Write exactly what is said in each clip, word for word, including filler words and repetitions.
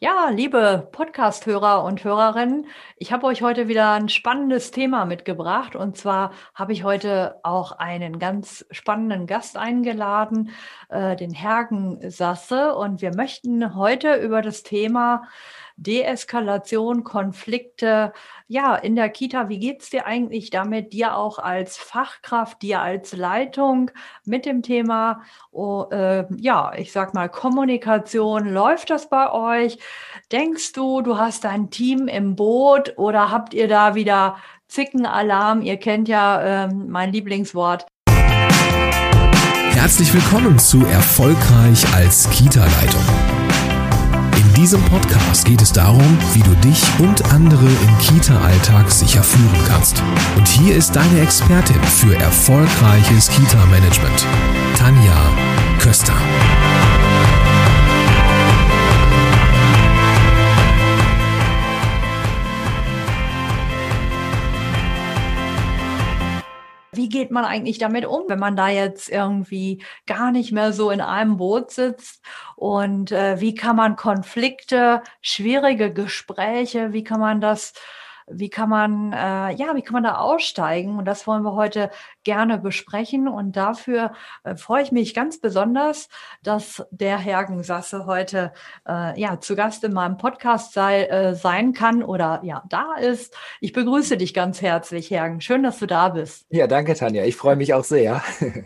Ja, liebe Podcast-Hörer und Hörerinnen, ich habe euch heute wieder ein spannendes Thema mitgebracht. Und zwar habe ich heute auch einen ganz spannenden Gast eingeladen, äh, den Hergen Sasse. Und wir möchten heute über das Thema Deeskalation, Konflikte, ja, in der Kita. Wie geht's dir eigentlich damit, dir auch als Fachkraft, dir als Leitung mit dem Thema, oh, äh, ja, ich sag mal, Kommunikation? Läuft das bei euch? Denkst du, du hast dein Team im Boot oder habt ihr da wieder Zickenalarm? Ihr kennt ja ähm, mein Lieblingswort. Herzlich willkommen zu Erfolgreich als Kita-Leitung. In diesem Podcast geht es darum, wie du dich und andere im Kita-Alltag sicher führen kannst. Und hier ist deine Expertin für erfolgreiches Kita-Management, Tanja Köster. Wie geht man eigentlich damit um, wenn man da jetzt irgendwie gar nicht mehr so in einem Boot sitzt? Und äh, wie kann man Konflikte, schwierige Gespräche, wie kann man das, wie kann man, äh, ja, wie kann man da aussteigen? Und das wollen wir heute gerne besprechen. Und dafür äh, freue ich mich ganz besonders, dass der Hergen Sasse heute äh, ja zu Gast in meinem Podcast sei, äh, sein kann oder ja da ist. Ich begrüße dich ganz herzlich, Hergen. Schön, dass du da bist. Ja, danke, Tanja. Ich freue mich auch sehr.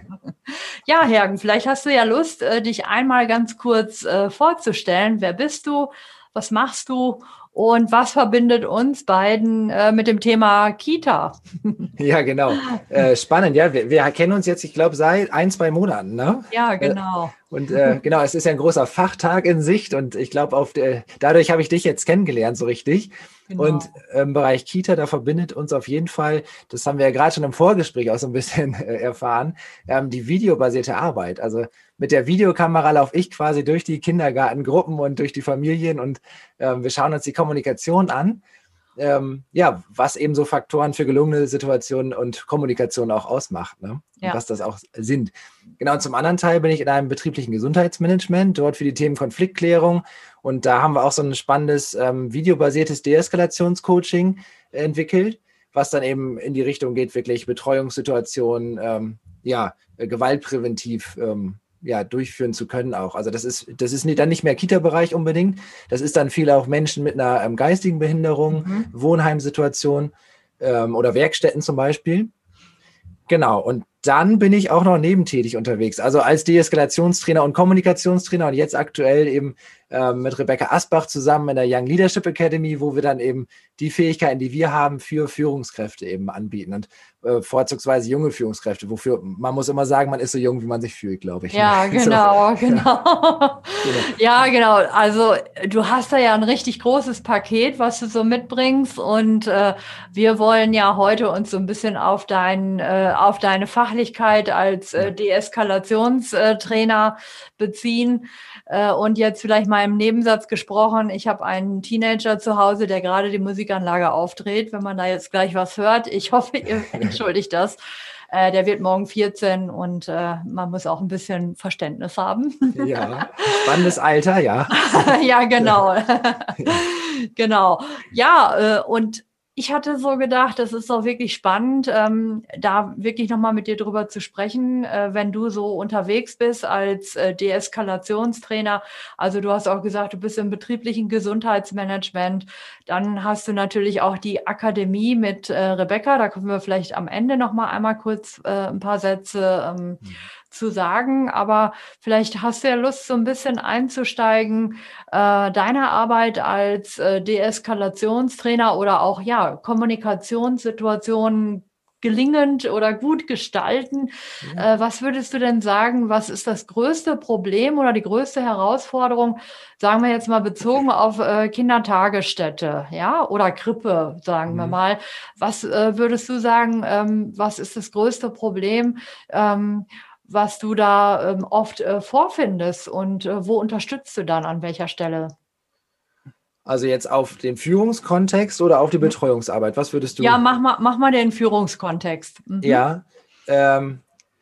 Ja, Hergen, vielleicht hast du ja Lust, äh, dich einmal ganz kurz äh, vorzustellen. Wer bist du? Was machst du? Und was verbindet uns beiden äh, mit dem Thema Kita? Ja, genau. Äh, spannend, ja. Wir, wir kennen uns jetzt, ich glaube, seit ein, zwei Monaten, ne? Ja, genau. Äh, und äh, genau, es ist ja ein großer Fachtag in Sicht und ich glaube, auf der, dadurch habe ich dich jetzt kennengelernt, so richtig. Genau. Und im Bereich Kita, da verbindet uns auf jeden Fall, das haben wir ja gerade schon im Vorgespräch auch so ein bisschen äh, erfahren, ähm, die videobasierte Arbeit. Also mit der Videokamera laufe ich quasi durch die Kindergartengruppen und durch die Familien und ähm, wir schauen uns die Kommunikation an. Ähm, ja, was eben so Faktoren für gelungene Situationen und Kommunikation auch ausmacht, ne? Ja. Und was das auch sind. Genau, und zum anderen Teil bin ich in einem betrieblichen Gesundheitsmanagement, dort für die Themen Konfliktklärung. Und da haben wir auch so ein spannendes ähm, videobasiertes Deeskalationscoaching entwickelt, was dann eben in die Richtung geht, wirklich Betreuungssituationen, ähm, ja, äh, gewaltpräventiv ähm, ja, durchführen zu können auch. Also das ist, das ist nicht, dann nicht mehr Kita-Bereich unbedingt. Das ist dann viel auch Menschen mit einer ähm, geistigen Behinderung, mhm. Wohnheimsituation ähm, oder Werkstätten zum Beispiel. Genau. Und dann bin ich auch noch nebentätig unterwegs. Also als Deeskalationstrainer und Kommunikationstrainer und jetzt aktuell eben ähm, mit Rebecca Asbach zusammen in der Young Leadership Academy, wo wir dann eben die Fähigkeiten, die wir haben, für Führungskräfte eben anbieten und äh, vorzugsweise junge Führungskräfte, wofür man muss immer sagen, man ist so jung, wie man sich fühlt, glaube ich. Ja, genau, so. genau. Ja. Ja, genau. Also du hast da ja ein richtig großes Paket, was du so mitbringst und äh, wir wollen ja heute uns so ein bisschen auf dein, äh, auf deine Fachlichkeit als äh, Deeskalationstrainer beziehen. Äh, und jetzt vielleicht mal im Nebensatz gesprochen, ich habe einen Teenager zu Hause, der gerade die Musikanlage aufdreht. Wenn man da jetzt gleich was hört, ich hoffe, ihr entschuldigt das. Äh, der wird morgen vierzehn und äh, man muss auch ein bisschen Verständnis haben. Ja, spannendes Alter, ja. Ja, genau. Genau. Ja, äh, und ich hatte so gedacht, das ist doch wirklich spannend, ähm, da wirklich nochmal mit dir drüber zu sprechen, äh, wenn du so unterwegs bist als äh, Deeskalationstrainer. Also du hast auch gesagt, du bist im betrieblichen Gesundheitsmanagement. Dann hast du natürlich auch die Akademie mit äh, Rebecca. Da können wir vielleicht am Ende nochmal einmal kurz äh, ein paar Sätze ähm, mhm. zu sagen. Aber vielleicht hast du ja Lust, so ein bisschen einzusteigen, äh, deine Arbeit als äh, Deeskalationstrainer oder auch, ja, Kommunikationssituationen gelingend oder gut gestalten. Ja. Äh, was würdest du denn sagen, was ist das größte Problem oder die größte Herausforderung, sagen wir jetzt mal bezogen auf äh, Kindertagesstätte, ja, oder Krippe, sagen mhm. wir mal. Was äh, würdest du sagen, ähm, was ist das größte Problem, ähm, was du da ähm, oft äh, vorfindest und äh, wo unterstützt du dann an welcher Stelle? Also jetzt auf den Führungskontext oder auf die Betreuungsarbeit? Was würdest du? Ja, mach mal, mach mal den Führungskontext. Mhm. Ja, ähm,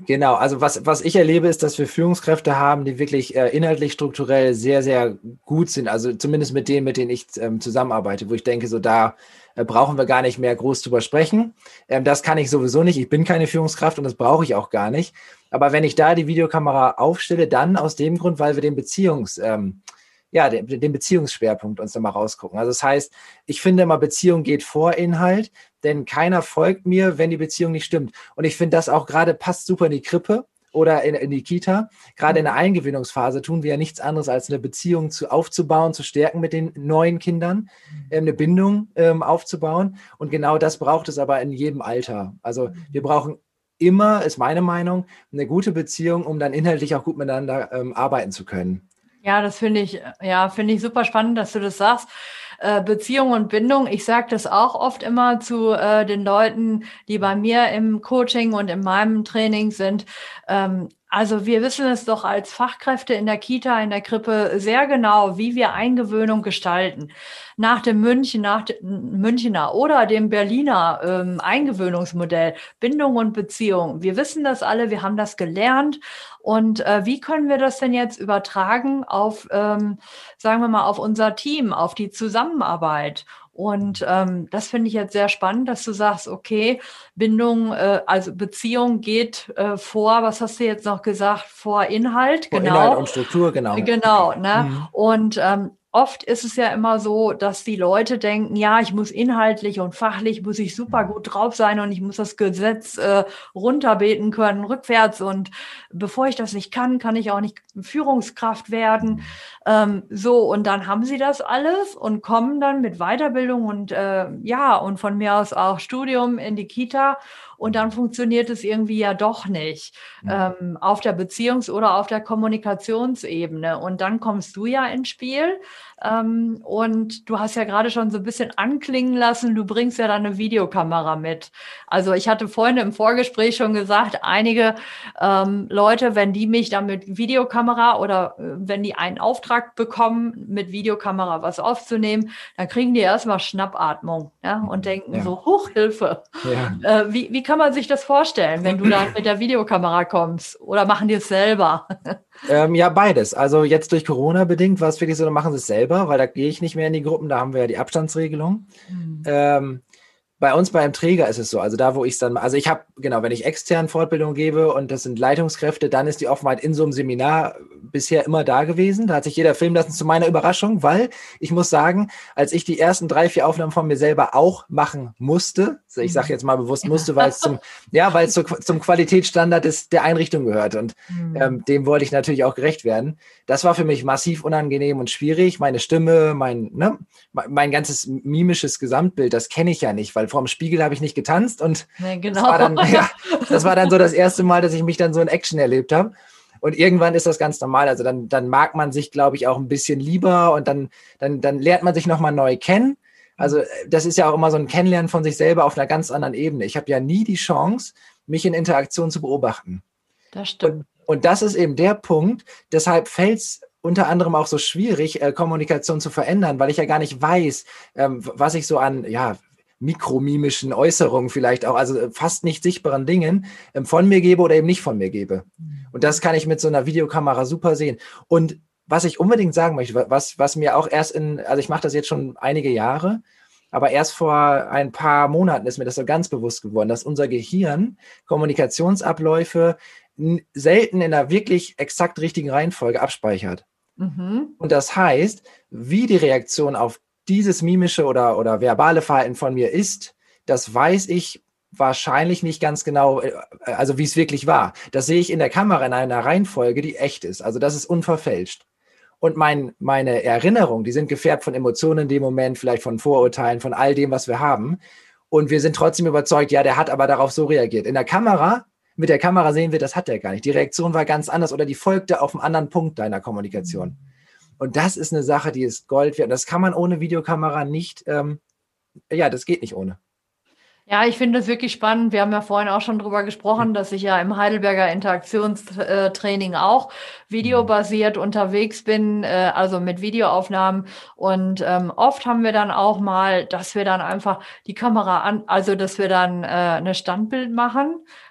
Genau, also was, was ich erlebe, ist, dass wir Führungskräfte haben, die wirklich äh, inhaltlich strukturell sehr, sehr gut sind. Also zumindest mit denen, mit denen ich ähm, zusammenarbeite, wo ich denke, so da äh, brauchen wir gar nicht mehr groß drüber sprechen. Ähm, das kann ich sowieso nicht. Ich bin keine Führungskraft und das brauche ich auch gar nicht. Aber wenn ich da die Videokamera aufstelle, dann aus dem Grund, weil wir den Beziehungs, ähm, ja, den, den Beziehungsschwerpunkt uns nochmal rausgucken. Also das heißt, ich finde immer, Beziehung geht vor Inhalt, denn keiner folgt mir, wenn die Beziehung nicht stimmt. Und ich finde, das auch gerade passt super in die Krippe oder in, in die Kita. Gerade in der Eingewöhnungsphase tun wir ja nichts anderes, als eine Beziehung zu, aufzubauen, zu stärken mit den neuen Kindern, äh, eine Bindung ähm, aufzubauen. Und genau das braucht es aber in jedem Alter. Also wir brauchen immer, ist meine Meinung, eine gute Beziehung, um dann inhaltlich auch gut miteinander ähm, arbeiten zu können. Ja, das finde ich, ja, finde ich super spannend, dass du das sagst. Äh, Beziehung und Bindung. Ich sage das auch oft immer zu äh, den Leuten, die bei mir im Coaching und in meinem Training sind. Ähm, also wir wissen es doch als Fachkräfte in der Kita, in der Krippe sehr genau, wie wir Eingewöhnung gestalten. Nach dem München, nach dem Münchner oder dem Berliner ähm, Eingewöhnungsmodell, Bindung und Beziehung. Wir wissen das alle, wir haben das gelernt. Und äh, wie können wir das denn jetzt übertragen auf, ähm, sagen wir mal, auf unser Team, auf die Zusammenarbeit? Und ähm, das finde ich jetzt sehr spannend, dass du sagst, okay, Bindung, äh, also Beziehung geht äh, vor, was hast du jetzt noch gesagt, vor Inhalt, Vor genau. Inhalt und Struktur, genau. Genau, ne? Mhm. Und ähm, oft ist es ja immer so, dass die Leute denken, ja, ich muss inhaltlich und fachlich muss ich super gut drauf sein und ich muss das Gesetz äh, runterbeten können, rückwärts. Und bevor ich das nicht kann, kann ich auch nicht Führungskraft werden. Ähm, so, und dann haben sie das alles und kommen dann mit Weiterbildung und äh, ja, und von mir aus auch Studium in die Kita. Und dann funktioniert es irgendwie ja doch nicht ähm, auf der Beziehungs- oder auf der Kommunikationsebene. Und dann kommst du ja ins Spiel. Ähm, und du hast ja gerade schon so ein bisschen anklingen lassen, du bringst ja dann eine Videokamera mit. Also ich hatte vorhin im Vorgespräch schon gesagt, einige ähm, Leute, wenn die mich dann mit Videokamera oder äh, wenn die einen Auftrag bekommen, mit Videokamera was aufzunehmen, dann kriegen die erstmal Schnappatmung, ja, und denken Ja. so, Huch, Hilfe. Ja. Äh, wie, wie kann man sich das vorstellen, wenn du dann mit der Videokamera kommst? Oder machen die es selber? Ähm, ja, beides. Also jetzt durch Corona bedingt war es wirklich so, dann machen sie es selber, weil da gehe ich nicht mehr in die Gruppen, da haben wir ja die Abstandsregelung. Hm. Ähm, bei uns beim Träger ist es so, also da, wo ich es dann, also ich habe, genau, wenn ich extern Fortbildung gebe und das sind Leitungskräfte, dann ist die Offenheit in so einem Seminar bisher immer da gewesen. Da hat sich jeder filmen lassen, zu meiner Überraschung, weil ich muss sagen, als ich die ersten drei, vier Aufnahmen von mir selber auch machen musste, ich sage jetzt mal bewusst musste, weil es zum, ja, weil es zu, zum Qualitätsstandard des, der Einrichtung gehört und Hm. ähm, dem wollte ich natürlich auch gerecht werden. Das war für mich massiv unangenehm und schwierig. Meine Stimme, mein, ne, mein ganzes mimisches Gesamtbild, das kenne ich ja nicht, weil vorm Spiegel habe ich nicht getanzt und Nee, genau. das war dann, ja, das war dann so das erste Mal, dass ich mich dann so in Action erlebt habe. Und irgendwann ist das ganz normal. Also dann, dann mag man sich, glaube ich, auch ein bisschen lieber und dann, dann, dann lernt man sich nochmal neu kennen. Also das ist ja auch immer so ein Kennenlernen von sich selber auf einer ganz anderen Ebene. Ich habe ja nie die Chance, mich in Interaktion zu beobachten. Das stimmt. Und, und das ist eben der Punkt. Deshalb fällt es unter anderem auch so schwierig, äh, Kommunikation zu verändern, weil ich ja gar nicht weiß, ähm, was ich so an, ja, mikromimischen Äußerungen vielleicht auch, also fast nicht sichtbaren Dingen ähm, von mir gebe oder eben nicht von mir gebe. Und das kann ich mit so einer Videokamera super sehen. Und was ich unbedingt sagen möchte, was, was mir auch erst in, also ich mache das jetzt schon einige Jahre, aber erst vor ein paar Monaten ist mir das so ganz bewusst geworden, dass unser Gehirn Kommunikationsabläufe n- selten in einer wirklich exakt richtigen Reihenfolge abspeichert. Mhm. Und das heißt, wie die Reaktion auf dieses mimische oder, oder verbale Verhalten von mir ist, das weiß ich wahrscheinlich nicht ganz genau, also wie es wirklich war. Das sehe ich in der Kamera in einer Reihenfolge, die echt ist. Also das ist unverfälscht. Und mein, meine Erinnerungen, die sind gefärbt von Emotionen in dem Moment, vielleicht von Vorurteilen, von all dem, was wir haben. Und wir sind trotzdem überzeugt, ja, der hat aber darauf so reagiert. In der Kamera, mit der Kamera sehen wir, das hat er gar nicht. Die Reaktion war ganz anders oder die folgte auf einen anderen Punkt deiner Kommunikation. Und das ist eine Sache, die ist Gold wert. Und das kann man ohne Videokamera nicht, ähm, ja, das geht nicht ohne. Ja, ich finde das wirklich spannend. Wir haben ja vorhin auch schon drüber gesprochen, dass ich ja im Heidelberger Interaktionstraining auch videobasiert unterwegs bin, äh, also mit Videoaufnahmen. Und ähm, oft haben wir dann auch mal, dass wir dann einfach die Kamera an, also dass wir dann äh, eine Standbild machen,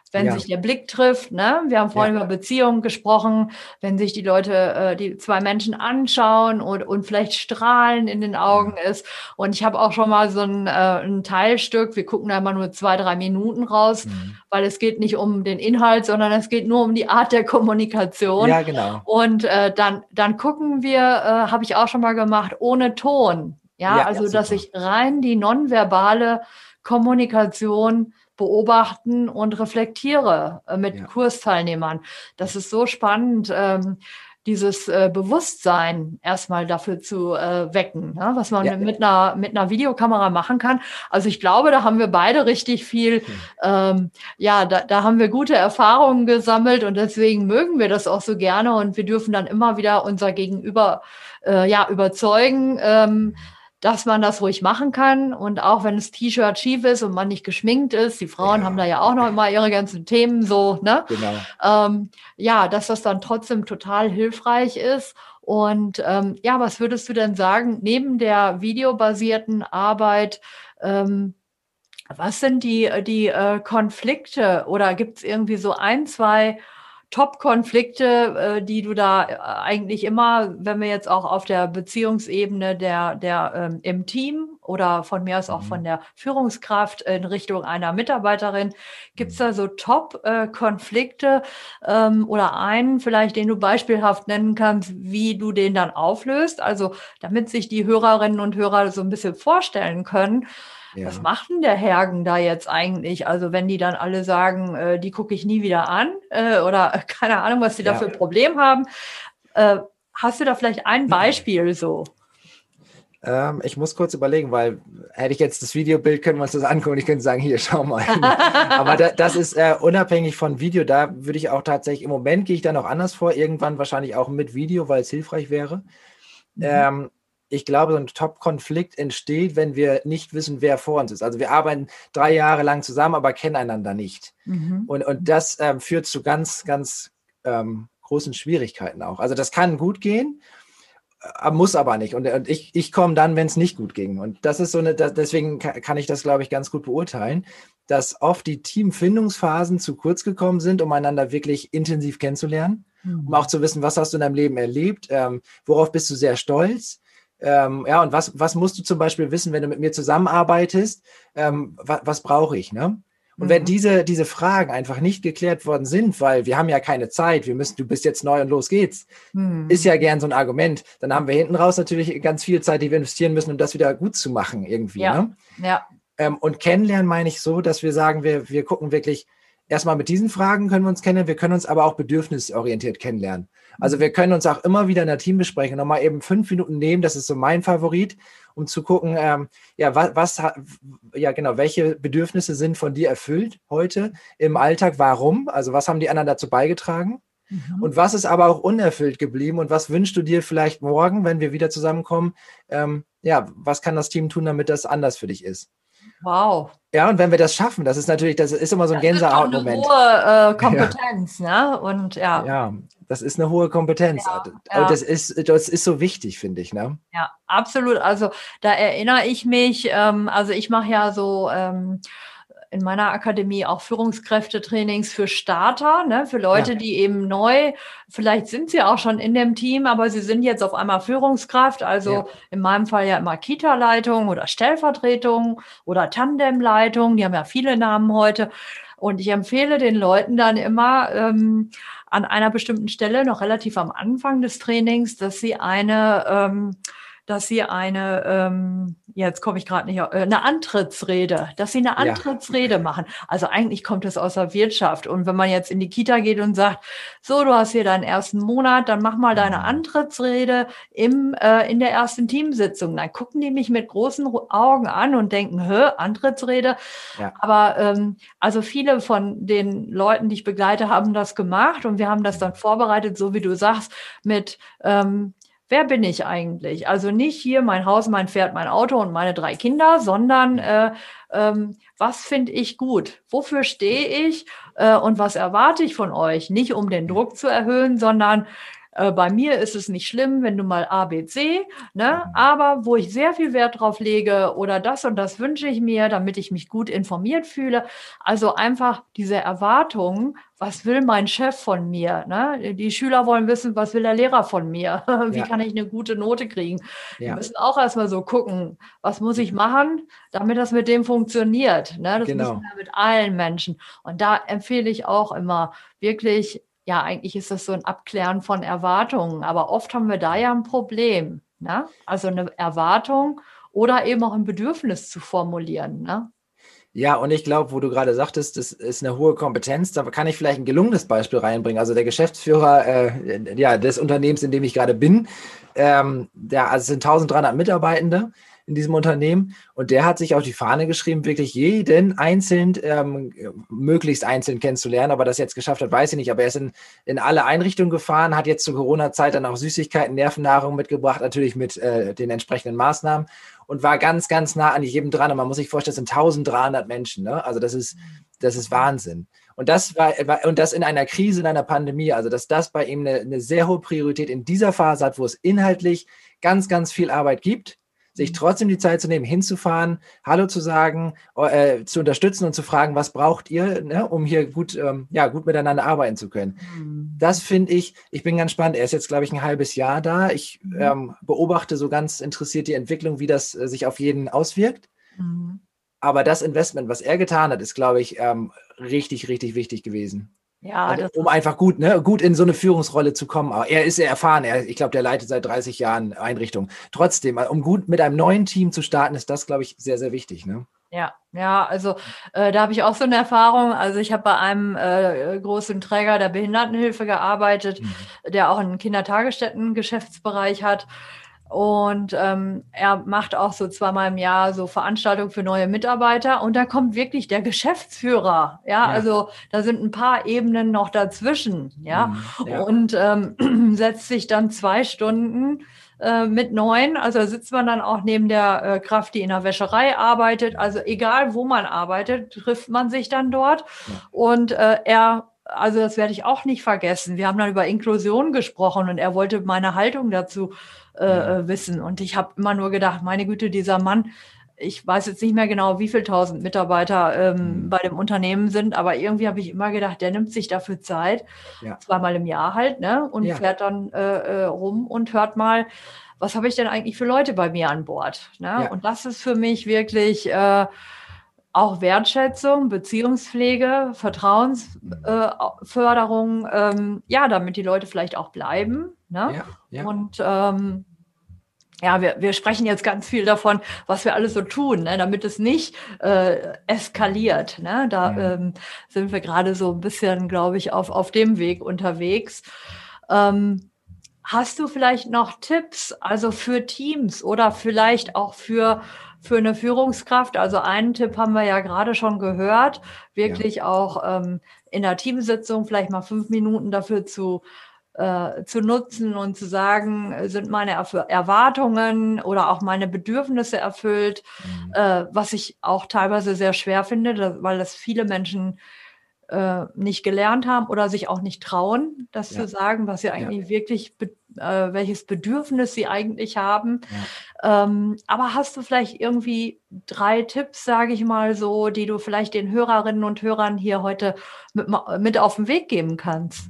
wenn Ja. sich der Blick trifft, ne? Wir haben vorhin Ja. über Beziehungen gesprochen, wenn sich die Leute, äh, die zwei Menschen anschauen und, und vielleicht Strahlen in den Augen Ja. ist. Und ich habe auch schon mal so ein, äh, ein Teilstück, wir gucken da immer nur zwei, drei Minuten raus, Mhm. weil es geht nicht um den Inhalt, sondern es geht nur um die Art der Kommunikation. Ja, genau. Und äh, dann, dann gucken wir, äh, habe ich auch schon mal gemacht, ohne Ton. Ja, Ja, also ja, dass super. ich rein die nonverbale Kommunikation beobachten und reflektiere äh, mit Ja. Kursteilnehmern. Das ist so spannend, ähm, dieses äh, Bewusstsein erstmal dafür zu äh, wecken, ne? Was man Ja. mit einer, mit einer Videokamera machen kann. Also ich glaube, da haben wir beide richtig viel, Hm. ähm, ja, da, da haben wir gute Erfahrungen gesammelt und deswegen mögen wir das auch so gerne und wir dürfen dann immer wieder unser Gegenüber äh, ja, überzeugen, ähm, dass man das ruhig machen kann und auch wenn das T-Shirt schief ist und man nicht geschminkt ist, die Frauen Ja. haben da ja auch noch immer ihre ganzen Themen so, ne? Genau. Ähm, ja, dass das dann trotzdem total hilfreich ist. Und ähm, ja, was würdest du denn sagen, neben der videobasierten Arbeit, ähm, was sind die, die äh, Konflikte oder gibt es irgendwie so ein, zwei Top-Konflikte, äh, die du da äh, eigentlich immer, wenn wir jetzt auch auf der Beziehungsebene der, der ähm, im Team oder von mir aus auch Mhm. von der Führungskraft in Richtung einer Mitarbeiterin, gibt es Mhm. da so Top-Konflikte ähm, oder einen vielleicht, den du beispielhaft nennen kannst, wie du den dann auflöst? Also damit sich die Hörerinnen und Hörer so ein bisschen vorstellen können, was Ja. macht denn der Hergen da jetzt eigentlich? Also wenn die dann alle sagen, äh, die gucke ich nie wieder an äh, oder äh, keine Ahnung, was die da Ja. für ein Problem haben. Äh, hast du da vielleicht ein Beispiel so? Ähm, ich muss kurz überlegen, weil hätte ich jetzt das Videobild, können wir uns das angucken. Ich könnte sagen, hier, schau mal. Aber da, das ist äh, unabhängig von Video. Da würde ich auch tatsächlich, im Moment gehe ich da noch anders vor. Irgendwann wahrscheinlich auch mit Video, weil es hilfreich wäre. Mhm. Ähm, ich glaube, so ein Top-Konflikt entsteht, wenn wir nicht wissen, wer vor uns ist. Also wir arbeiten drei Jahre lang zusammen, aber kennen einander nicht. Mhm. Und, und das ähm, führt zu ganz, ganz ähm, großen Schwierigkeiten auch. Also das kann gut gehen, äh, muss aber nicht. Und, und ich, ich komme dann, wenn es nicht gut ging. Und das ist so eine, das, deswegen kann, kann ich das, glaube ich, ganz gut beurteilen, dass oft die Teamfindungsphasen zu kurz gekommen sind, um einander wirklich intensiv kennenzulernen, Mhm. um auch zu wissen, was hast du in deinem Leben erlebt, ähm, worauf bist du sehr stolz. Ähm, ja, und was, was musst du zum Beispiel wissen, wenn du mit mir zusammenarbeitest? Ähm, was, was brauche ich, ne? Und wenn Mhm. diese, diese Fragen einfach nicht geklärt worden sind, weil wir haben ja keine Zeit, wir müssen, du bist jetzt neu und los geht's, Mhm. ist ja gern so ein Argument. Dann haben wir hinten raus natürlich ganz viel Zeit, die wir investieren müssen, um das wieder gut zu machen irgendwie. Ja. Ne? Ja. Ähm, und kennenlernen meine ich so, dass wir sagen, wir, wir gucken wirklich, erstmal mit diesen Fragen können wir uns kennenlernen, wir können uns aber auch bedürfnisorientiert kennenlernen. Also wir können uns auch immer wieder in der Teambesprechung nochmal eben fünf Minuten nehmen, das ist so mein Favorit, um zu gucken, ähm, ja, was, was, ja genau, welche Bedürfnisse sind von dir erfüllt heute im Alltag, warum, also was haben die anderen dazu beigetragen Mhm. und was ist aber auch unerfüllt geblieben und was wünschst du dir vielleicht morgen, wenn wir wieder zusammenkommen, ähm, ja, was kann das Team tun, damit das anders für dich ist? Wow. Ja, und wenn wir das schaffen, das ist natürlich, das ist immer so ein Das ist doch eine Gänsehautmoment. hohe äh, Kompetenz, ja. ne? Und ja. Ja, das ist eine hohe Kompetenz. Ja, Aber ja. das ist, das ist so wichtig, finde ich, ne? Ja, absolut. Also da erinnere ich mich, ähm, also ich mache ja so ähm, in meiner Akademie auch Führungskräftetrainings für Starter, ne, für Leute, Ja. die eben neu, vielleicht sind sie auch schon in dem Team, aber sie sind jetzt auf einmal Führungskraft, also Ja. in meinem Fall ja immer Kita-Leitung oder Stellvertretung oder Tandemleitung, die haben ja viele Namen heute. Und ich empfehle den Leuten dann immer ähm, an einer bestimmten Stelle, noch relativ am Anfang des Trainings, dass sie eine ähm, dass sie eine, ähm, jetzt komme ich gerade nicht, auf, äh, eine Antrittsrede, dass sie eine Ja. Antrittsrede machen. Also eigentlich kommt es aus der Wirtschaft. Und wenn man jetzt in die Kita geht und sagt, so, du hast hier deinen ersten Monat, dann mach mal deine Mhm. Antrittsrede im, äh, in der ersten Teamsitzung. Dann gucken die mich mit großen Augen an und denken, hä, Antrittsrede? Ja. Aber ähm, also viele von den Leuten, die ich begleite, haben das gemacht und wir haben das dann vorbereitet, so wie du sagst, mit ähm, wer bin ich eigentlich? Also nicht hier mein Haus, mein Pferd, mein Auto und meine drei Kinder, sondern äh, ähm, was finde ich gut? Wofür stehe ich äh, und was erwarte ich von euch? Nicht um den Druck zu erhöhen, sondern äh, bei mir ist es nicht schlimm, wenn du mal A, B, C, ne? Aber wo ich sehr viel Wert drauf lege oder das und das wünsche ich mir, damit ich mich gut informiert fühle. Also einfach diese Erwartungen, was will mein Chef von mir? Ne? Die Schüler wollen wissen, was will der Lehrer von mir? Wie Ja. kann ich eine gute Note kriegen? Die Ja. müssen auch erstmal so gucken, was muss ich machen, damit das mit dem funktioniert. Ne? Das Genau. müssen wir mit allen Menschen. Und da empfehle ich auch immer wirklich, ja, eigentlich ist das so ein Abklären von Erwartungen, aber oft haben wir da ja ein Problem. Ne? Also eine Erwartung oder eben auch ein Bedürfnis zu formulieren. Ne? Ja, und ich glaube, wo du gerade sagtest, das ist eine hohe Kompetenz, da kann ich vielleicht ein gelungenes Beispiel reinbringen. Also der Geschäftsführer äh, ja, des Unternehmens, in dem ich gerade bin, ähm, der, also es sind dreizehnhundert Mitarbeitende in diesem Unternehmen und der hat sich auf die Fahne geschrieben, wirklich jeden einzeln, ähm, möglichst einzeln kennenzulernen. Aber das jetzt geschafft hat, weiß ich nicht. Aber er ist in, in alle Einrichtungen gefahren, hat jetzt zur Corona-Zeit dann auch Süßigkeiten, Nervennahrung mitgebracht, natürlich mit äh, den entsprechenden Maßnahmen und war ganz, ganz nah an jedem dran. Und man muss sich vorstellen, das sind eintausenddreihundert Menschen. Ne? Also das ist, das ist Wahnsinn. Und das war, und das in einer Krise, in einer Pandemie, also dass das bei ihm eine, eine sehr hohe Priorität in dieser Phase hat, wo es inhaltlich ganz, ganz viel Arbeit gibt, sich trotzdem die Zeit zu nehmen, hinzufahren, Hallo zu sagen, äh, zu unterstützen und zu fragen, was braucht ihr, ne, um hier gut, ähm, ja, gut miteinander arbeiten zu können. Mhm. Das finde ich, ich bin ganz spannend. Er ist jetzt, glaube ich, ein halbes Jahr da. Ich ähm, beobachte so ganz interessiert die Entwicklung, wie das äh, sich auf jeden auswirkt. Mhm. Aber das Investment, was er getan hat, ist, glaube ich, ähm, richtig, richtig wichtig gewesen. Ja, also, um einfach gut, ne, gut in so eine Führungsrolle zu kommen. Aber er ist sehr erfahren. Er, ich glaube, der leitet seit dreißig Jahren Einrichtungen. Trotzdem, um gut mit einem neuen Team zu starten, ist das, glaube ich, sehr, sehr wichtig. Ne? Ja, ja, also äh, da habe ich auch so eine Erfahrung. Also ich habe bei einem äh, großen Träger der Behindertenhilfe gearbeitet, mhm. der auch einen Kindertagesstätten-Geschäftsbereich hat. Und ähm, er macht auch so zweimal im Jahr so Veranstaltungen für neue Mitarbeiter. Und da kommt wirklich der Geschäftsführer. Ja, ja. Also da sind ein paar Ebenen noch dazwischen. Ja, ja. Und ähm, setzt sich dann zwei Stunden äh, mit neun. Also da sitzt man dann auch neben der äh, Kraft, die in der Wäscherei arbeitet. Also egal, wo man arbeitet, trifft man sich dann dort. Ja. Und äh, er Also das werde ich auch nicht vergessen. Wir haben dann über Inklusion gesprochen und er wollte meine Haltung dazu äh, ja. wissen. Und ich habe immer nur gedacht, meine Güte, dieser Mann, ich weiß jetzt nicht mehr genau, wie viele tausend Mitarbeiter ähm, mhm. bei dem Unternehmen sind, aber irgendwie habe ich immer gedacht, der nimmt sich dafür Zeit, ja. zweimal im Jahr halt, ne, und ja. fährt dann äh, rum und hört mal, was habe ich denn eigentlich für Leute bei mir an Bord? Ne? Ja. Und das ist für mich wirklich äh, auch Wertschätzung, Beziehungspflege, Vertrauensförderung, äh, ähm, ja, damit die Leute vielleicht auch bleiben. Ne? Ja, ja. Und ähm, ja, wir, wir sprechen jetzt ganz viel davon, was wir alles so tun, ne, damit es nicht äh, eskaliert. Ne? Da ja. ähm, sind wir gerade so ein bisschen, glaube ich, auf, auf dem Weg unterwegs. Ähm, hast du vielleicht noch Tipps, also für Teams oder vielleicht auch für für eine Führungskraft? Also einen Tipp haben wir ja gerade schon gehört, wirklich ja. auch ähm, in der Teamsitzung vielleicht mal fünf Minuten dafür zu, äh, zu nutzen und zu sagen, sind meine Erf- Erwartungen oder auch meine Bedürfnisse erfüllt, mhm. äh, was ich auch teilweise sehr schwer finde, da, weil das viele Menschen äh, nicht gelernt haben oder sich auch nicht trauen, das ja. zu sagen, was sie eigentlich ja. wirklich, be- äh, welches Bedürfnis sie eigentlich haben. Ja. Ähm, aber hast du vielleicht irgendwie drei Tipps, sage ich mal so, die du vielleicht den Hörerinnen und Hörern hier heute mit, mit auf den Weg geben kannst?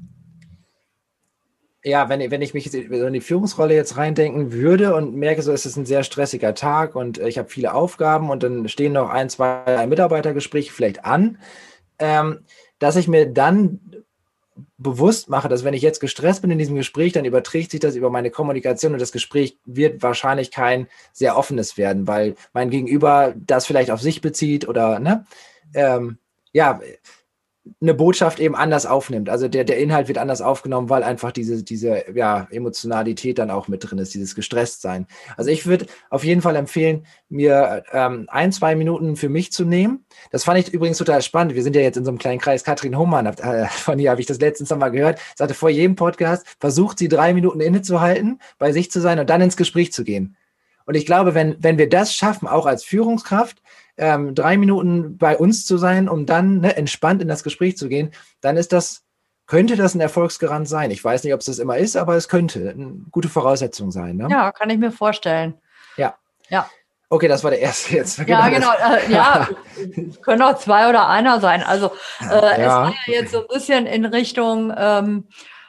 Ja, wenn, wenn ich mich in die Führungsrolle jetzt reindenken würde und merke, so ist es ein sehr stressiger Tag und ich habe viele Aufgaben und dann stehen noch ein, zwei drei Mitarbeitergespräche vielleicht an, ähm, dass ich mir dann bewusst mache, dass wenn ich jetzt gestresst bin in diesem Gespräch, dann überträgt sich das über meine Kommunikation und das Gespräch wird wahrscheinlich kein sehr offenes werden, weil mein Gegenüber das vielleicht auf sich bezieht oder ne, ähm, ja, eine Botschaft eben anders aufnimmt. Also der, der Inhalt wird anders aufgenommen, weil einfach diese, diese ja, Emotionalität dann auch mit drin ist, dieses Gestresstsein. Also ich würde auf jeden Fall empfehlen, mir ähm, ein, zwei Minuten für mich zu nehmen. Das fand ich übrigens total spannend. Wir sind ja jetzt in so einem kleinen Kreis. Katrin Hohmann, äh, von ihr habe ich das letztens noch mal gehört, sagte vor jedem Podcast, versucht sie drei Minuten innezuhalten, bei sich zu sein und dann ins Gespräch zu gehen. Und ich glaube, wenn, wenn wir das schaffen, auch als Führungskraft, ähm, drei Minuten bei uns zu sein, um dann ne, entspannt in das Gespräch zu gehen, dann ist das könnte das ein Erfolgsgarant sein. Ich weiß nicht, ob es das immer ist, aber es könnte eine gute Voraussetzung sein. Ne? Ja, kann ich mir vorstellen. Ja. Ja. Okay, das war der erste jetzt. Ja, genau. Äh, ja, können auch zwei oder einer sein. Also äh, ja. Es war ja jetzt so ein bisschen in Richtung, ähm,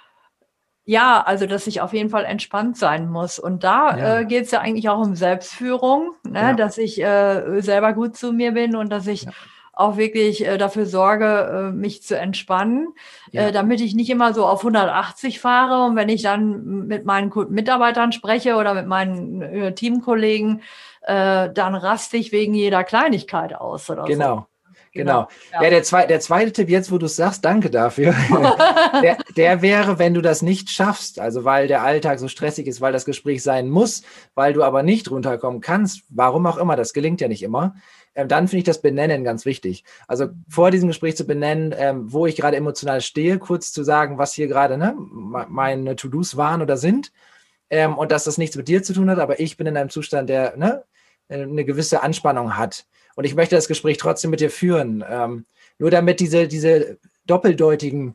ja, also dass ich auf jeden Fall entspannt sein muss. Und da ja. äh, geht es ja eigentlich auch um Selbstführung, ne? Ja. Dass ich äh, selber gut zu mir bin und dass ich ja. auch wirklich äh, dafür sorge, äh, mich zu entspannen, ja. äh, damit ich nicht immer so auf hundertachtzig fahre. Und wenn ich dann mit meinen Mitarbeitern spreche oder mit meinen äh, Teamkollegen, äh, dann raste ich wegen jeder Kleinigkeit aus oder genau. so. Genau. Ja, ja der, zwei, der zweite Tipp jetzt, wo du es sagst, danke dafür, der, der wäre, wenn du das nicht schaffst, also weil der Alltag so stressig ist, weil das Gespräch sein muss, weil du aber nicht runterkommen kannst, warum auch immer, das gelingt ja nicht immer, ähm, dann finde ich das Benennen ganz wichtig. Also vor diesem Gespräch zu benennen, ähm, wo ich gerade emotional stehe, kurz zu sagen, was hier gerade ne, meine To-Dos waren oder sind ähm, und dass das nichts mit dir zu tun hat, aber ich bin in einem Zustand, der ne, eine gewisse Anspannung hat. Und ich möchte das Gespräch trotzdem mit dir führen. Ähm, nur damit diese, diese doppeldeutigen,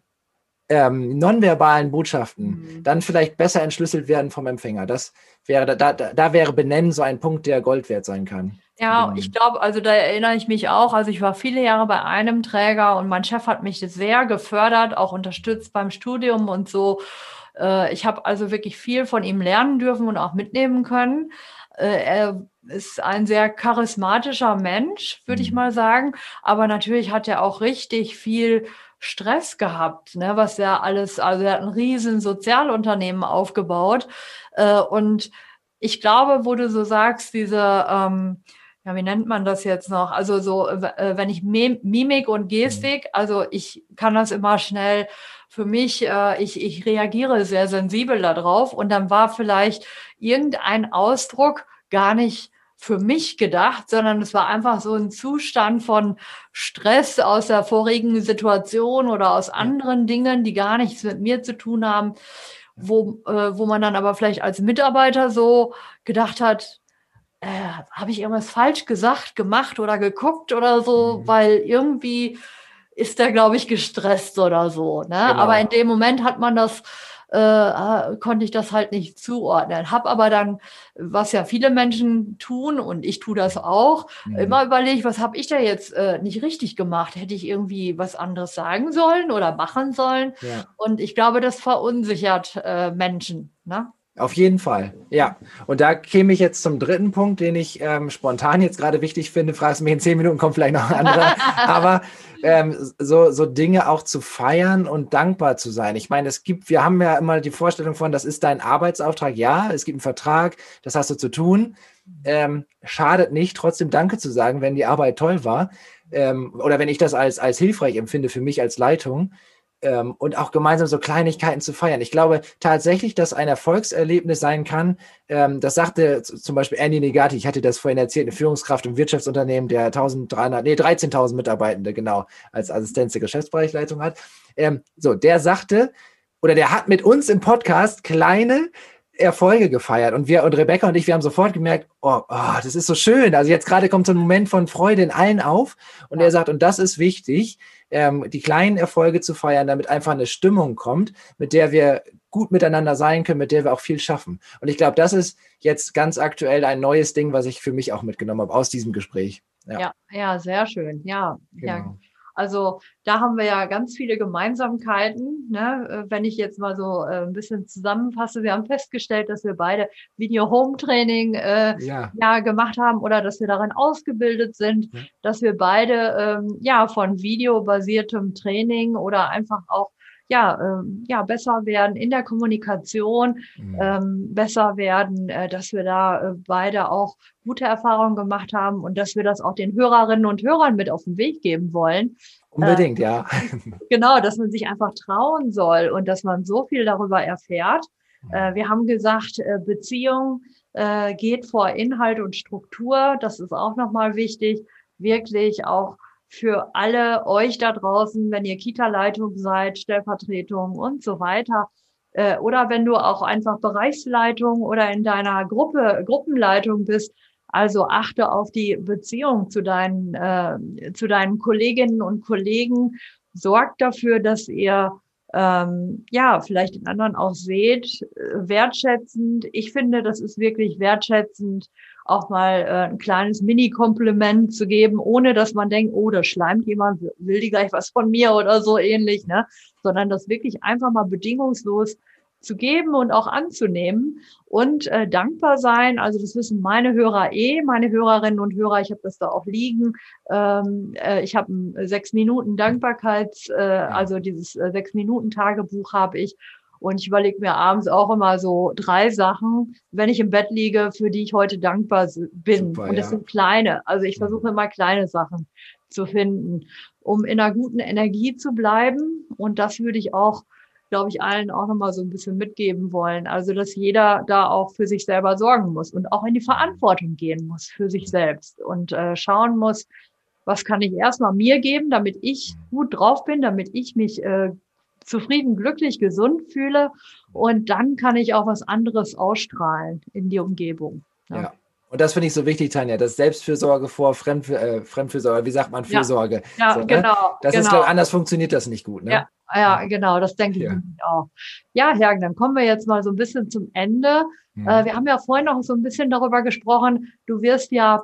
ähm, nonverbalen Botschaften mhm. dann vielleicht besser entschlüsselt werden vom Empfänger. Das wäre, da, da, da wäre Benennen so ein Punkt, der Gold wert sein kann. Ja, ich glaube, also da erinnere ich mich auch. Also ich war viele Jahre bei einem Träger und mein Chef hat mich sehr gefördert, auch unterstützt beim Studium und so. Äh, ich habe also wirklich viel von ihm lernen dürfen und auch mitnehmen können. Äh, er ist ein sehr charismatischer Mensch, würde ich mal sagen. Aber natürlich hat er auch richtig viel Stress gehabt, ne, was er alles, also er hat ein riesen Sozialunternehmen aufgebaut. Äh, und ich glaube, wo du so sagst, diese, ähm, ja, wie nennt man das jetzt noch? Also so, äh, wenn ich Mimik und Gestik, also ich kann das immer schnell für mich, äh, ich, ich reagiere sehr sensibel darauf und dann war vielleicht irgendein Ausdruck gar nicht für mich gedacht, sondern es war einfach so ein Zustand von Stress aus der vorigen Situation oder aus anderen Dingen, die gar nichts mit mir zu tun haben, wo, äh, wo man dann aber vielleicht als Mitarbeiter so gedacht hat, äh, habe ich irgendwas falsch gesagt, gemacht oder geguckt oder so, mhm. weil irgendwie ist der, glaube ich, gestresst oder so. Ne? Genau. Aber in dem Moment hat man das Äh, konnte ich das halt nicht zuordnen. Hab aber dann, was ja viele Menschen tun und ich tue das auch, mhm. immer überlegt, was habe ich da jetzt äh, nicht richtig gemacht? Hätte ich irgendwie was anderes sagen sollen oder machen sollen? Ja. Und ich glaube, das verunsichert äh, Menschen. Ne? Auf jeden Fall, ja. Und da käme ich jetzt zum dritten Punkt, den ich ähm, spontan jetzt gerade wichtig finde. Fragst du mich in zehn Minuten, kommt vielleicht noch ein anderer. Aber ähm, so, so Dinge auch zu feiern und dankbar zu sein. Ich meine, es gibt, wir haben ja immer die Vorstellung von, das ist dein Arbeitsauftrag. Ja, es gibt einen Vertrag, das hast du zu tun. Ähm, schadet nicht, trotzdem Danke zu sagen, wenn die Arbeit toll war. Ähm, oder wenn ich das als, als hilfreich empfinde für mich als Leitung. Ähm, und auch gemeinsam so Kleinigkeiten zu feiern. Ich glaube tatsächlich, dass ein Erfolgserlebnis sein kann. Ähm, das sagte z- zum Beispiel Andy Negati, ich hatte das vorhin erzählt, eine Führungskraft im Wirtschaftsunternehmen, der eintausenddreihundert, nee, dreizehntausend Mitarbeitende, genau, als Assistenz der Geschäftsbereichsleitung hat. Ähm, so, der sagte, oder der hat mit uns im Podcast kleine Erfolge gefeiert. Und wir, und Rebecca und ich, wir haben sofort gemerkt, oh, oh das ist so schön. Also jetzt gerade kommt so ein Moment von Freude in allen auf. Und ja. er sagt, und das ist wichtig, ähm, die kleinen Erfolge zu feiern, damit einfach eine Stimmung kommt, mit der wir gut miteinander sein können, mit der wir auch viel schaffen. Und ich glaube, das ist jetzt ganz aktuell ein neues Ding, was ich für mich auch mitgenommen habe aus diesem Gespräch. Ja, ja, ja sehr schön. Ja, genau. ja. Also da haben wir ja ganz viele Gemeinsamkeiten. Ne? Wenn ich jetzt mal so äh, ein bisschen zusammenfasse, wir haben festgestellt, dass wir beide Video-Home-Training äh, ja. ja gemacht haben oder dass wir darin ausgebildet sind, ja. dass wir beide ähm, ja von videobasiertem Training oder einfach auch ja, ähm, ja, besser werden in der Kommunikation, mhm. ähm, besser werden, äh, dass wir da äh, beide auch gute Erfahrungen gemacht haben und dass wir das auch den Hörerinnen und Hörern mit auf den Weg geben wollen. Unbedingt, äh, ja. Genau, dass man sich einfach trauen soll und dass man so viel darüber erfährt. Mhm. Äh, wir haben gesagt, äh, Beziehung äh, geht vor Inhalt und Struktur. Das ist auch nochmal wichtig, wirklich auch für alle euch da draußen, wenn ihr Kita-Leitung seid, Stellvertretung und so weiter. Äh, oder wenn du auch einfach Bereichsleitung oder in deiner Gruppe, Gruppenleitung bist. Also achte auf die Beziehung zu deinen, äh, zu deinen Kolleginnen und Kollegen. Sorgt dafür, dass ihr ähm, ja, vielleicht den anderen auch seht, äh, wertschätzend. Ich finde, das ist wirklich wertschätzend, auch mal äh, ein kleines Mini-Kompliment zu geben, ohne dass man denkt, oh, da schleimt jemand, will die gleich was von mir oder so ähnlich, ne? Sondern das wirklich einfach mal bedingungslos zu geben und auch anzunehmen und äh, dankbar sein. Also das wissen meine Hörer eh, meine Hörerinnen und Hörer, ich habe das da auch liegen. Ähm, äh, ich habe ein sechs Minuten Dankbarkeits, äh, also dieses äh, sechs Minuten Tagebuch habe ich. Und ich überlege mir abends auch immer so drei Sachen, wenn ich im Bett liege, für die ich heute dankbar bin. Super, und das ja. sind kleine. Also ich versuche immer kleine Sachen zu finden, um in einer guten Energie zu bleiben. Und das würde ich auch, glaube ich, allen auch nochmal so ein bisschen mitgeben wollen. Also, dass jeder da auch für sich selber sorgen muss und auch in die Verantwortung gehen muss für sich selbst und äh, schauen muss, was kann ich erstmal mir geben, damit ich gut drauf bin, damit ich mich äh, zufrieden, glücklich, gesund fühle. Und dann kann ich auch was anderes ausstrahlen in die Umgebung. Ja. ja. Und das finde ich so wichtig, Tanja, das Selbstfürsorge vor Fremdfür äh, Fremdfürsorge, wie sagt man, Fürsorge. Ja, ja so, ne? genau. Das genau. ist, glaube ich, anders funktioniert das nicht gut. Ne? Ja, ja, genau, das denke ich ja. auch. Ja, Hergen, dann kommen wir jetzt mal so ein bisschen zum Ende. Mhm. Äh, wir haben ja vorhin noch so ein bisschen darüber gesprochen, du wirst ja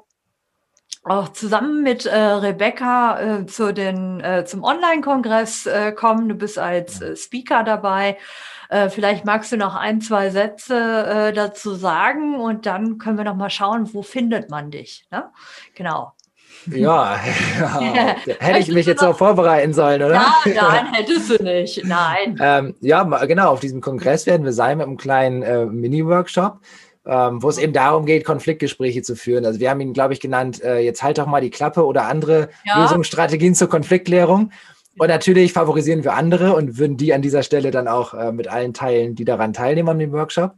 auch zusammen mit äh, Rebecca äh, zu den, äh, zum Online-Kongress äh, kommen. Du bist als äh, Speaker dabei. Äh, vielleicht magst du noch ein, zwei Sätze äh, dazu sagen und dann können wir noch mal schauen, wo findet man dich. Ne? Genau. Ja, ja. Hätte ich mich jetzt auch vorbereiten sollen, oder? Ja, nein, hättest du nicht. Nein. ähm, ja, genau. Auf diesem Kongress werden wir sein mit einem kleinen äh, Mini-Workshop. Ähm, wo es eben darum geht, Konfliktgespräche zu führen. Also wir haben ihn, glaube ich, genannt, äh, jetzt halt doch mal die Klappe oder andere ja. Lösungsstrategien zur Konfliktklärung. Und natürlich favorisieren wir andere und würden die an dieser Stelle dann auch äh, mit allen teilen, die daran teilnehmen an dem Workshop.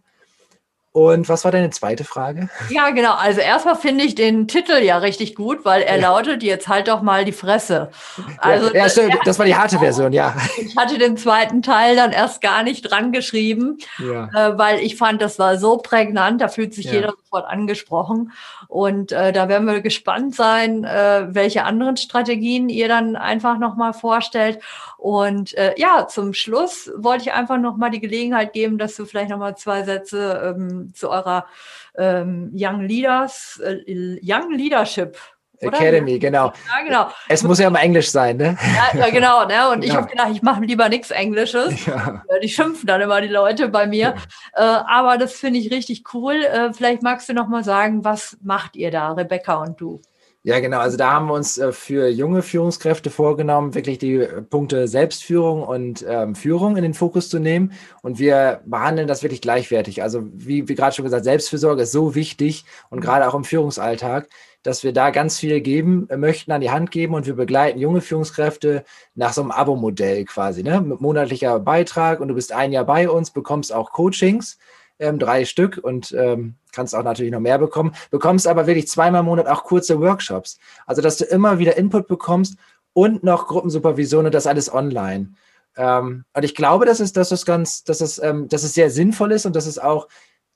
Und was war deine zweite Frage? Ja, genau. Also erstmal finde ich den Titel ja richtig gut, weil er ja. lautet, jetzt halt doch mal die Fresse. Also ja, ja, stimmt. Das war die harte Version, ja. Ich hatte den zweiten Teil dann erst gar nicht dran geschrieben, ja. äh, weil ich fand, das war so prägnant, da fühlt sich ja. jeder sofort angesprochen. Und äh, da werden wir gespannt sein, äh, welche anderen Strategien ihr dann einfach nochmal vorstellt. Und äh, ja, zum Schluss wollte ich einfach nochmal die Gelegenheit geben, dass du vielleicht nochmal zwei Sätze ähm, zu eurer ähm, Young Leaders, äh, Young Leadership oder? Academy, genau. Ja, genau. Es muss ja immer Englisch sein, ne? Ja, ja genau. Ne? Und ich ja. habe gedacht, ich mache lieber nichts Englisches. Ja. Die schimpfen dann immer die Leute bei mir. Ja. Äh, aber das finde ich richtig cool. Äh, vielleicht magst du noch mal sagen, was macht ihr da, Rebecca und du? Ja, genau. Also da haben wir uns äh, für junge Führungskräfte vorgenommen, wirklich die äh, Punkte Selbstführung und ähm, Führung in den Fokus zu nehmen. Und wir behandeln das wirklich gleichwertig. Also wie, wie gerade schon gesagt, Selbstfürsorge ist so wichtig und gerade auch im Führungsalltag, dass wir da ganz viel geben möchten, an die Hand geben. Und wir begleiten junge Führungskräfte nach so einem Abo-Modell quasi, ne? Mit monatlicher Beitrag. Und du bist ein Jahr bei uns, bekommst auch Coachings. Ähm, drei Stück und ähm, kannst auch natürlich noch mehr bekommen, bekommst aber wirklich zweimal im Monat auch kurze Workshops. Also, dass du immer wieder Input bekommst und noch Gruppensupervision und das alles online. Ähm, und ich glaube, dass es, dass es ganz, dass es, ähm, dass es sehr sinnvoll ist und dass es auch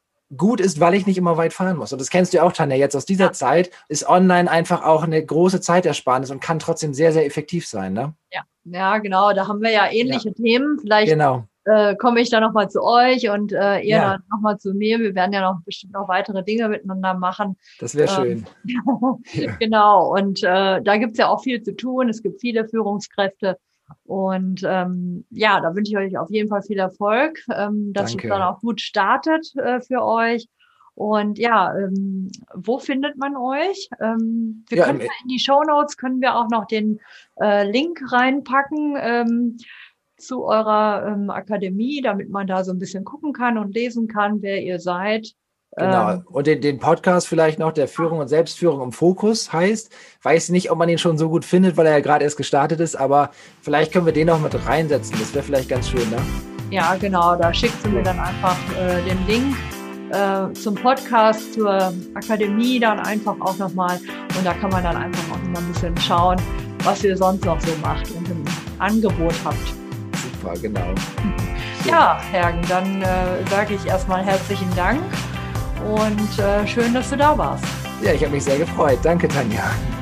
gut ist, weil ich nicht immer weit fahren muss. Und das kennst du ja auch, Tanja, jetzt aus dieser ja. Zeit ist online einfach auch eine große Zeitersparnis und kann trotzdem sehr, sehr effektiv sein, ne? Ja, ja, genau. Da haben wir ja ähnliche ja. Themen. Vielleicht genau. äh, komme ich dann nochmal zu euch und äh, ihr ja. dann nochmal zu mir. Wir werden ja noch bestimmt noch weitere Dinge miteinander machen. Das wäre schön. Ähm, ja. Genau. Und äh, da gibt's ja auch viel zu tun. Es gibt viele Führungskräfte. Und ähm, ja, da wünsche ich euch auf jeden Fall viel Erfolg, ähm, dass Danke. es dann auch gut startet äh, für euch. Und ja, ähm, wo findet man euch? Ähm, wir ja, können ja in die Shownotes können wir auch noch den äh, Link reinpacken ähm, zu eurer ähm, Akademie, damit man da so ein bisschen gucken kann und lesen kann, wer ihr seid. Genau. Ähm, und den, den Podcast vielleicht noch, der Führung und Selbstführung im Fokus heißt. Weiß nicht, ob man ihn schon so gut findet, weil er ja gerade erst gestartet ist, aber vielleicht können wir den noch mit reinsetzen. Das wäre vielleicht ganz schön, ne? Ja, genau. Da schickst du mir dann einfach äh, den Link äh, zum Podcast, zur Akademie dann einfach auch nochmal. Und da kann man dann einfach auch nochmal ein bisschen schauen, was ihr sonst noch so macht und im Angebot habt. Super, genau. Ja, Hergen, dann äh, sage ich erstmal herzlichen Dank und äh, schön, dass du da warst. Ja, ich habe mich sehr gefreut. Danke, Tanja.